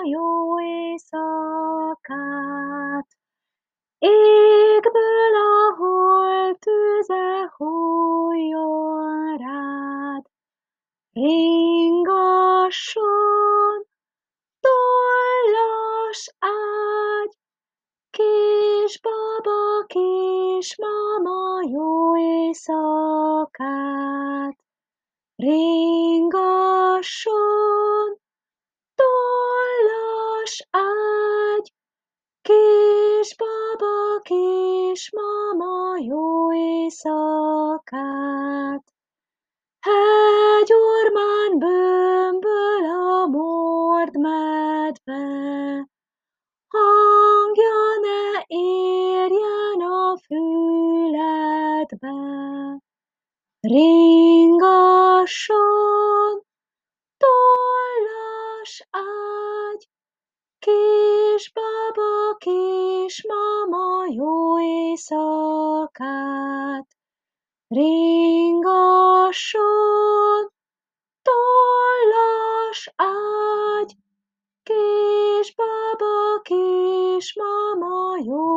jó éjszakát. Égből a hold tüze hulljon rád, ringasson tollas ágy, kisbaba, kismama, jó éjszakát. Ringasson tollas ágy, kisbaba, kismama, jó éjszakát. Hegyormán bömböl a mordmedve, hangja ne érjen a füledbe. Ringasson tollas ágy, kisbaba, kismama, jó éjszakát. Ringasson tollas ágy, kisbaba, kismama, jó